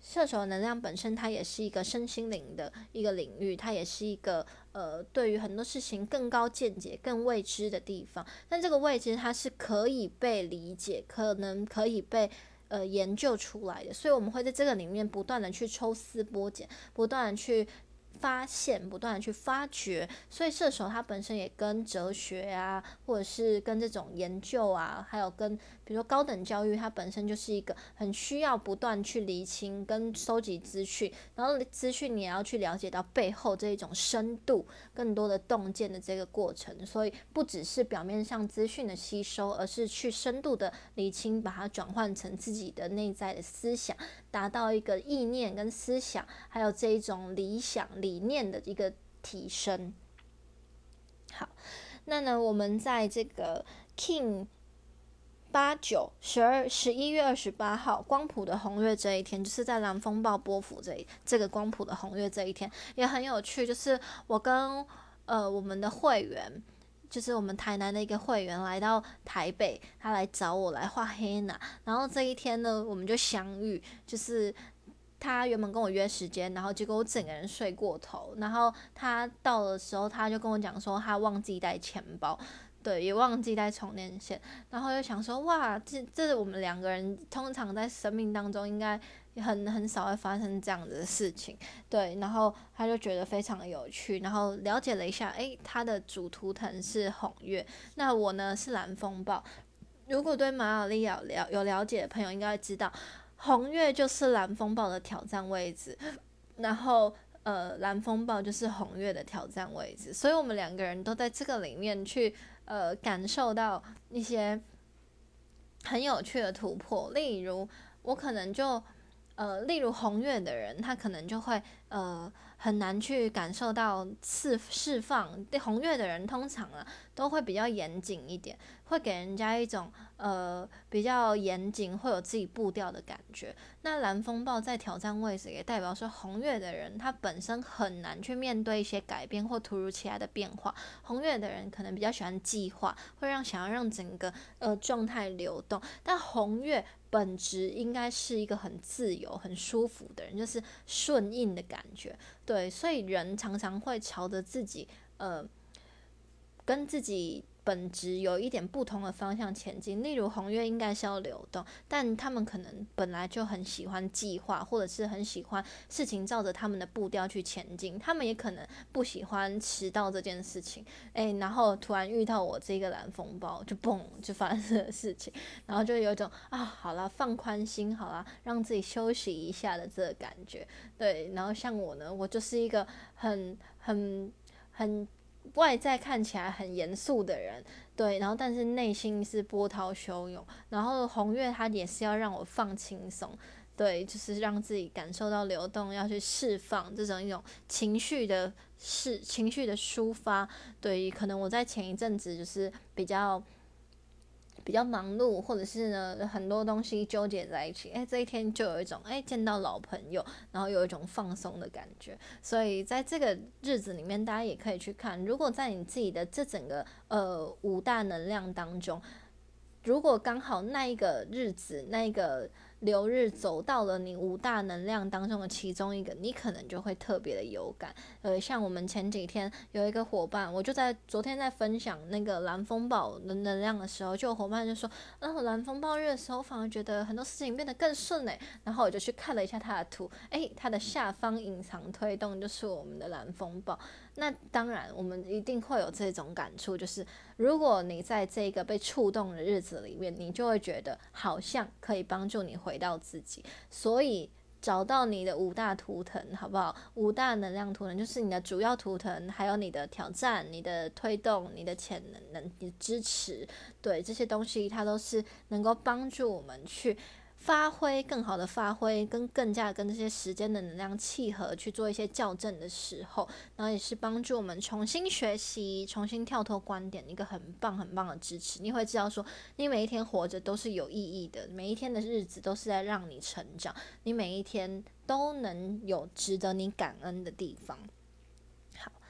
射手能量本身它也是一个身心灵的一个领域，它也是一个对于很多事情更高见解、更未知的地方。但这个未知它是可以被理解，可能可以被研究出来的，所以我们会在这个里面不断的去抽丝剥茧，不断的去发现，不断的去发掘。所以射手它本身也跟哲学啊，或者是跟这种研究啊，还有跟比如说高等教育，它本身就是一个很需要不断去厘清跟收集资讯，然后资讯你也要去了解到背后这一种深度更多的洞见的这个过程。所以不只是表面上资讯的吸收，而是去深度的厘清，把它转换成自己的内在的思想，达到一个意念跟思想还有这一种理想理念的一个提升。好，那呢我们在这个 King 8、9、11月28号光谱的红月这一天，就是在蓝风暴波幅这个光谱的红月这一天也很有趣，就是我跟我们的会员，就是我们台南的一个会员来到台北，他来找我来画黑娜，然后这一天呢我们就相遇，就是他原本跟我约时间，然后结果我整个人睡过头，然后他到的时候他就跟我讲说他忘记带钱包，对，也忘记带充电线，然后又想说哇，这我们两个人通常在生命当中应该很少会发生这样的事情，对，然后他就觉得非常的有趣，然后了解了一下，他的主图腾是红月，那我呢是蓝风暴。如果对马尔利亚有了解的朋友应该会知道，红月就是蓝风暴的挑战位置，然后蓝风暴就是红月的挑战位置，所以我们两个人都在这个里面去感受到一些很有趣的突破。例如我可能就例如红月的人，他可能就会很难去感受到释放。对红月的人通常都会比较严谨一点，会给人家一种比较严谨，会有自己步调的感觉。那蓝风暴在挑战位置，也代表说红月的人他本身很难去面对一些改变或突如其来的变化。红月的人可能比较喜欢计划，会想要让整个状态流动，但红月本质应该是一个很自由、很舒服的人，就是顺应的感觉。对，所以人常常会朝着自己跟自己本质有一点不同的方向前进。例如红月应该是要流动，但他们可能本来就很喜欢计划，或者是很喜欢事情照着他们的步调去前进。他们也可能不喜欢迟到这件事情，然后突然遇到我这个蓝风暴，就嘣就发生了事情，然后就有一种好啦，放宽心，好啦，让自己休息一下的这个感觉。对，然后像我呢，我就是一个很外在看起来很严肃的人，对，然后但是内心是波涛汹涌。然后红月它也是要让我放轻松，对，就是让自己感受到流动，要去释放这种一种情绪的抒发。对，可能我在前一阵子就是比较忙碌，或者是呢很多东西纠结在一起，这一天就有一种见到老朋友，然后有一种放松的感觉。所以在这个日子里面，大家也可以去看，如果在你自己的这整个五大能量当中，如果刚好那一个日子那一个流日走到了你五大能量当中的其中一个，你可能就会特别的有感。像我们前几天有一个伙伴，我就在昨天在分享那个蓝风暴的能量的时候，就有伙伴就说蓝风暴日的时候反而觉得很多事情变得更顺然后我就去看了一下他的图，他的下方隐藏推动就是我们的蓝风暴。那当然我们一定会有这种感触，就是如果你在这个被触动的日子里面，你就会觉得好像可以帮助你回到自己。所以找到你的五大图腾好不好？五大能量图腾就是你的主要图腾，还有你的挑战、你的推动、你的潜能、你的支持，对，这些东西它都是能够帮助我们去发挥更好的发挥，更加跟这些时间的能量契合，去做一些校正的时候，然后也是帮助我们重新学习、重新跳脱观点一个很棒很棒的支持。你会知道说，你每一天活着都是有意义的，每一天的日子都是在让你成长，你每一天都能有值得你感恩的地方。好，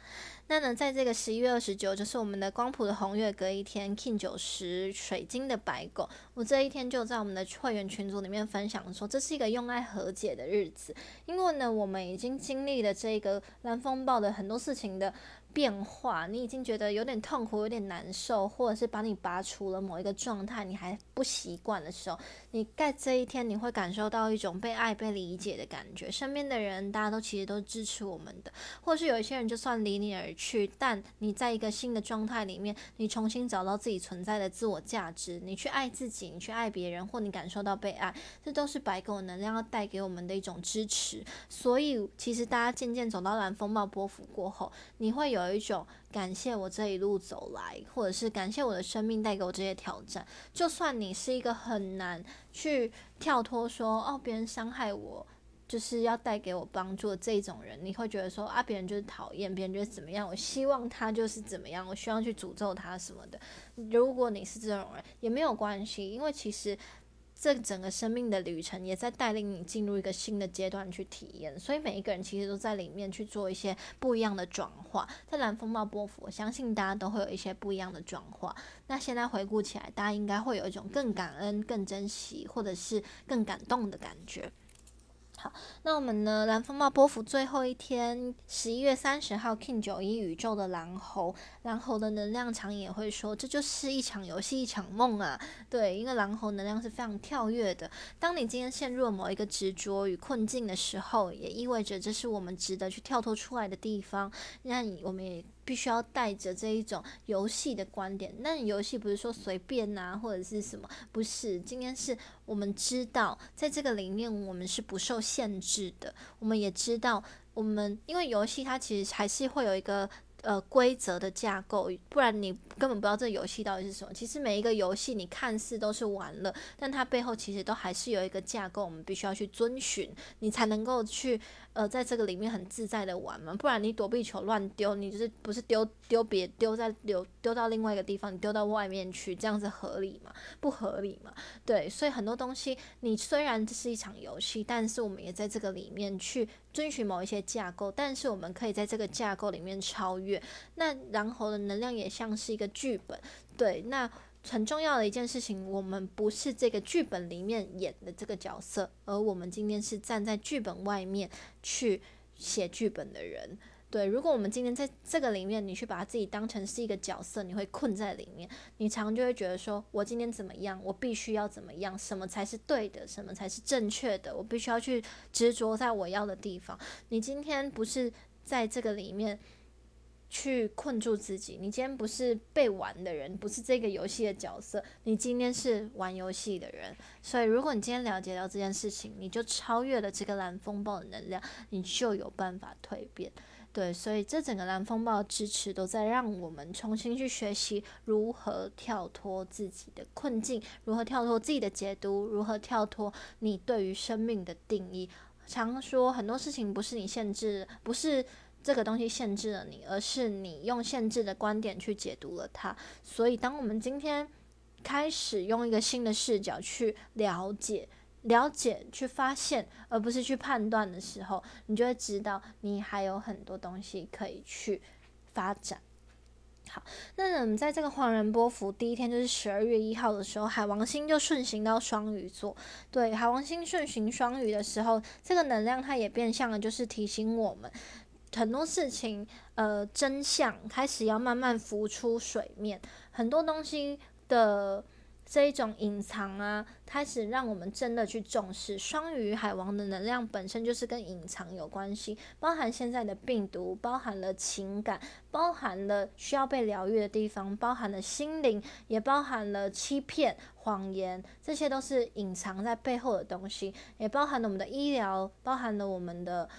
那呢，在这个11月29，就是我们的光谱的红月隔一天 King90水晶的白狗，我这一天就在我们的会员群组里面分享说，这是一个用爱和解的日子，因为呢，我们已经经历了这个蓝风暴的很多事情的变化，你已经觉得有点痛苦，有点难受，或者是把你拔除了某一个状态，你还不习惯的时候，你在这一天你会感受到一种被爱、被理解的感觉。身边的人，大家都其实都支持我们的，或者是有一些人就算离你而去，但你在一个新的状态里面，你重新找到自己存在的自我价值，你去爱自己，你去爱别人，或你感受到被爱，这都是白狗能量要带给我们的一种支持。所以，其实大家渐渐走到蓝风暴波幅过后，你会有一种感谢我这一路走来，或者是感谢我的生命带给我这些挑战。就算你是一个很难去跳脱说别人伤害我就是要带给我帮助的这种人，你会觉得说别人就是讨厌，别人就是怎么样，我希望他就是怎么样，我希望去诅咒他什么的。如果你是这种人也没有关系，因为其实这整个生命的旅程也在带领你进入一个新的阶段去体验，所以每一个人其实都在里面去做一些不一样的转化。在蓝风暴波幅，我相信大家都会有一些不一样的转化。那现在回顾起来，大家应该会有一种更感恩、更珍惜，或者是更感动的感觉。好，那我们呢？蓝风暴波幅最后一天，11月30号 King91宇宙的蓝猴，蓝猴的能量场也会说，这就是一场游戏，一场梦啊。对，因为蓝猴能量是非常跳跃的。当你今天陷入了某一个执着与困境的时候，也意味着这是我们值得去跳脱出来的地方。那我们也必须要带着这一种游戏的观点。那游戏不是说随便啊，或者是什么，不是。今天是我们知道，在这个里面我们是不受限制的。我们也知道，因为游戏它其实还是会有一个规则的架构，不然你根本不知道这游戏到底是什么。其实每一个游戏你看似都是玩乐，但它背后其实都还是有一个架构，我们必须要去遵循，你才能够去在这个里面很自在的玩嘛。不然你躲避球乱丢，你就是不是丢到另外一个地方，你丢到外面去，这样子合理吗？不合理嘛。对，所以很多东西你虽然这是一场游戏，但是我们也在这个里面去遵循某一些架构，但是我们可以在这个架构里面超越。那然后的能量也像是一个剧本，对，那很重要的一件事情，我们不是这个剧本里面演的这个角色，而我们今天是站在剧本外面去写剧本的人。对，如果我们今天在这个里面，你去把自己当成是一个角色，你会困在里面，你常就会觉得说，我今天怎么样，我必须要怎么样，什么才是对的，什么才是正确的，我必须要去执着在我要的地方。你今天不是在这个里面去困住自己，你今天不是被玩的人，不是这个游戏的角色，你今天是玩游戏的人。所以如果你今天了解到这件事情，你就超越了这个蓝风暴的能量，你就有办法蜕变。对，所以这整个蓝风暴的支持都在让我们重新去学习如何跳脱自己的困境，如何跳脱自己的解读，如何跳脱你对于生命的定义。常说很多事情不是你限制，不是这个东西限制了你，而是你用限制的观点去解读了它。所以当我们今天开始用一个新的视角去了解、去发现，而不是去判断的时候，你就会知道你还有很多东西可以去发展。好，那我们在这个黄人波幅第一天，就是12月1号的时候，海王星就顺行到双鱼座。对，海王星顺行双鱼的时候，这个能量它也变相的就是提醒我们很多事情，真相开始要慢慢浮出水面，很多东西的这一种隐藏啊，开始让我们真的去重视。双鱼海王的能量本身就是跟隐藏有关系，包含现在的病毒，包含了情感，包含了需要被疗愈的地方，包含了心灵，也包含了欺骗、谎言，这些都是隐藏在背后的东西，也包含了我们的医疗，包含了我们的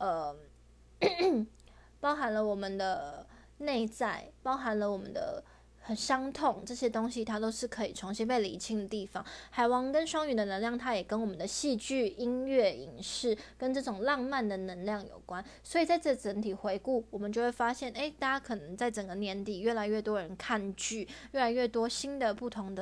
包含了我们的内在，包含了我们的很伤痛，这些东西它都是可以重新被理清的地方。海王跟双鱼的能量，它也跟我们的戏剧、音乐、影视跟这种浪漫的能量有关。所以在这整体回顾，我们就会发现，大家可能在整个年底越来越多人看剧，越来越多新的不同的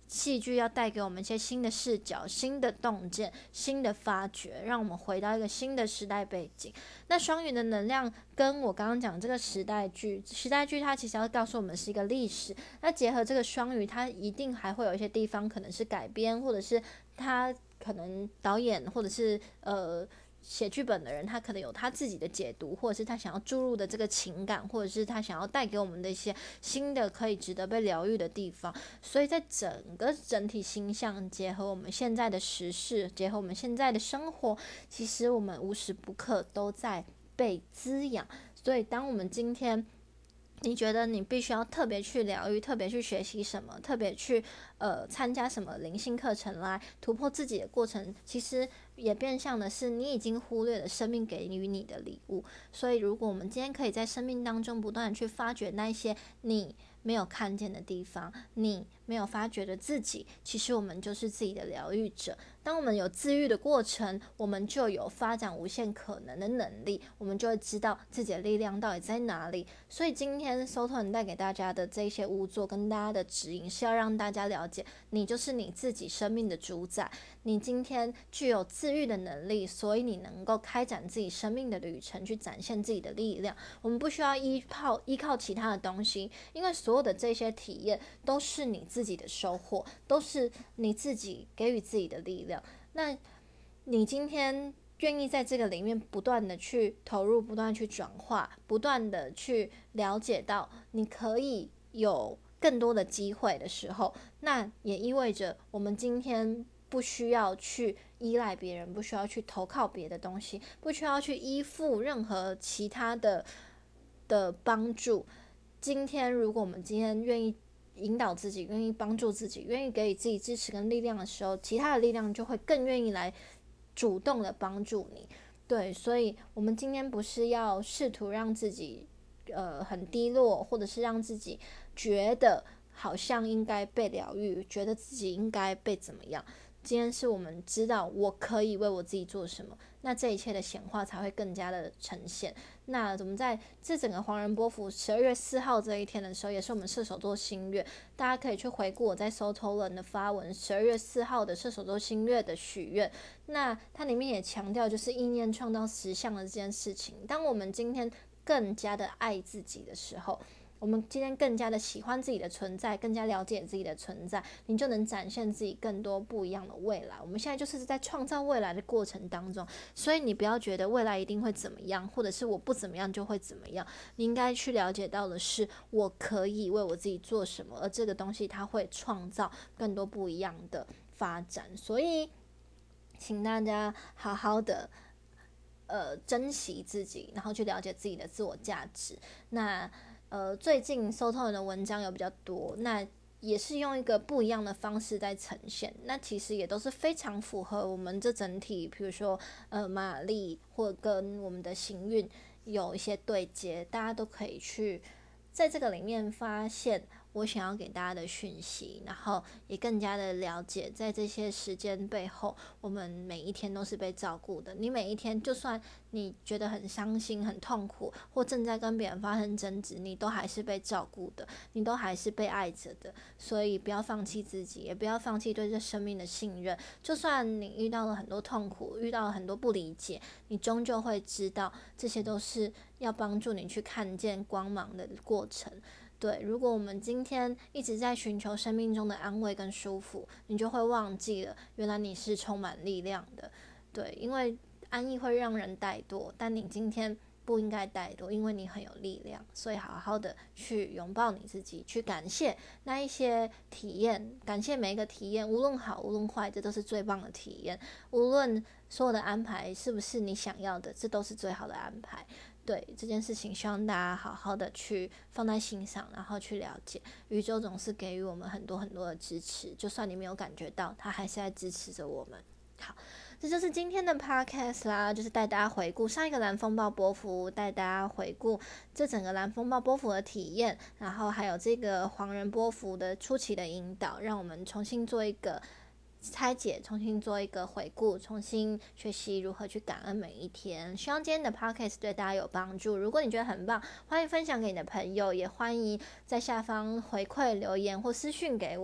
戏剧要带给我们一些新的视角、新的洞见、新的发掘，让我们回到一个新的时代背景。那双鱼的能量跟我刚刚讲这个时代剧它其实要告诉我们是一个历史，那结合这个双鱼，它一定还会有一些地方可能是改编，或者是它可能导演或者是写剧本的人，他可能有他自己的解读，或者是他想要注入的这个情感，或者是他想要带给我们的一些新的可以值得被疗愈的地方。所以在整体星象结合我们现在的时事，结合我们现在的生活，其实我们无时不刻都在被滋养。所以当我们今天你觉得你必须要特别去疗愈，特别去学习什么，特别去参加什么灵性课程来突破自己的过程，其实也变相的是你已经忽略了生命给予你的礼物。所以如果我们今天可以在生命当中不断的去发掘那一些你没有看见的地方，你没有发掘的自己，其实我们就是自己的疗愈者。当我们有自愈的过程，我们就有发展无限可能的能力，我们就会知道自己的力量到底在哪里。所以今天Soultone带给大家的这些巫作跟大家的指引，是要让大家了解，你就是你自己生命的主宰。你今天具有自愈的能力，所以你能够开展自己生命的旅程，去展现自己的力量。我们不需要依靠其他的东西，因为所有的这些体验都是你自己的收获，都是你自己给予自己的力量。那你今天愿意在这个里面不断的去投入，不断的去转化，不断的去了解到你可以有更多的机会的时候，那也意味着我们今天不需要去依赖别人，不需要去投靠别的东西，不需要去依附任何其他的帮助。今天如果我们今天愿意引导自己，愿意帮助自己，愿意给予自己支持跟力量的时候，其他的力量就会更愿意来主动的帮助你。对，所以我们今天不是要试图让自己很低落，或者是让自己觉得好像应该被疗愈，觉得自己应该被怎么样。今天是我们知道我可以为我自己做什么，那这一切的显化才会更加的呈现。那我们在这整个黄人波符12月4号这一天的时候，也是我们射手座新月，大家可以去回顾我在 Soultone 的发文12月4号的射手座新月的许愿。那它里面也强调就是意念创造实相的这件事情。当我们今天更加的爱自己的时候，我们今天更加的喜欢自己的存在，更加了解自己的存在，你就能展现自己更多不一样的未来。我们现在就是在创造未来的过程当中，所以你不要觉得未来一定会怎么样，或者是我不怎么样就会怎么样。你应该去了解到的是，我可以为我自己做什么，而这个东西它会创造更多不一样的发展。所以请大家好好的珍惜自己，然后去了解自己的自我价值。那最近Soultone的文章有比较多，那也是用一个不一样的方式在呈现，那其实也都是非常符合我们这整体，比如说马力或跟我们的行运有一些对接，大家都可以去在这个里面发现我想要给大家的讯息，然后也更加的了解，在这些时间背后，我们每一天都是被照顾的。你每一天，就算你觉得很伤心、很痛苦，或正在跟别人发生争执，你都还是被照顾的，你都还是被爱着的。所以不要放弃自己，也不要放弃对这生命的信任。就算你遇到了很多痛苦，遇到了很多不理解，你终究会知道，这些都是要帮助你去看见光芒的过程。对，如果我们今天一直在寻求生命中的安慰跟舒服，你就会忘记了，原来你是充满力量的。对，因为安逸会让人怠惰，但你今天不应该怠惰，因为你很有力量。所以好好的去拥抱你自己，去感谢那一些体验，感谢每一个体验，无论好无论坏，这都是最棒的体验。无论所有的安排是不是你想要的，这都是最好的安排。对这件事情，希望大家好好的去放在心上，然后去了解，宇宙总是给予我们很多很多的支持，就算你没有感觉到，它还是在支持着我们。好，这就是今天的 podcast 啦，就是带大家回顾上一个蓝风暴波符，带大家回顾这整个蓝风暴波符的体验，然后还有这个黄人波符的初期的引导，让我们重新做一个拆解，重新做一个回顾，重新学习如何去感恩每一天。希望今天的 podcast 对大家有帮助。如果你觉得很棒，欢迎分享给你的朋友，也欢迎在下方回馈留言或私讯给我。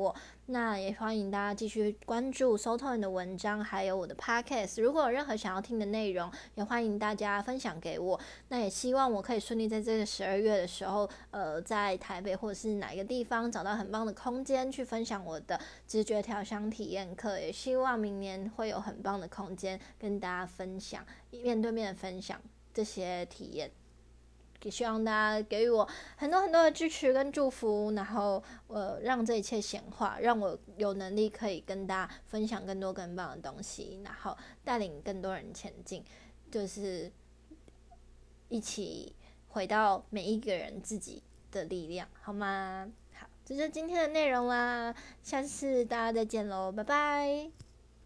那也欢迎大家继续关注 Soultone 的文章，还有我的 Podcast。如果有任何想要听的内容，也欢迎大家分享给我。那也希望我可以顺利在这个12月的时候，在台北或者是哪一个地方找到很棒的空间去分享我的直觉调香体验课。也希望明年会有很棒的空间跟大家分享，面对面的分享这些体验。也希望大家给予我很多很多的支持跟祝福，然后让这一切显化，让我有能力可以跟大家分享更多更棒的东西，然后带领更多人前进，就是一起回到每一个人自己的力量，好吗？好，这就是今天的内容啦，下次大家再见喽，拜拜。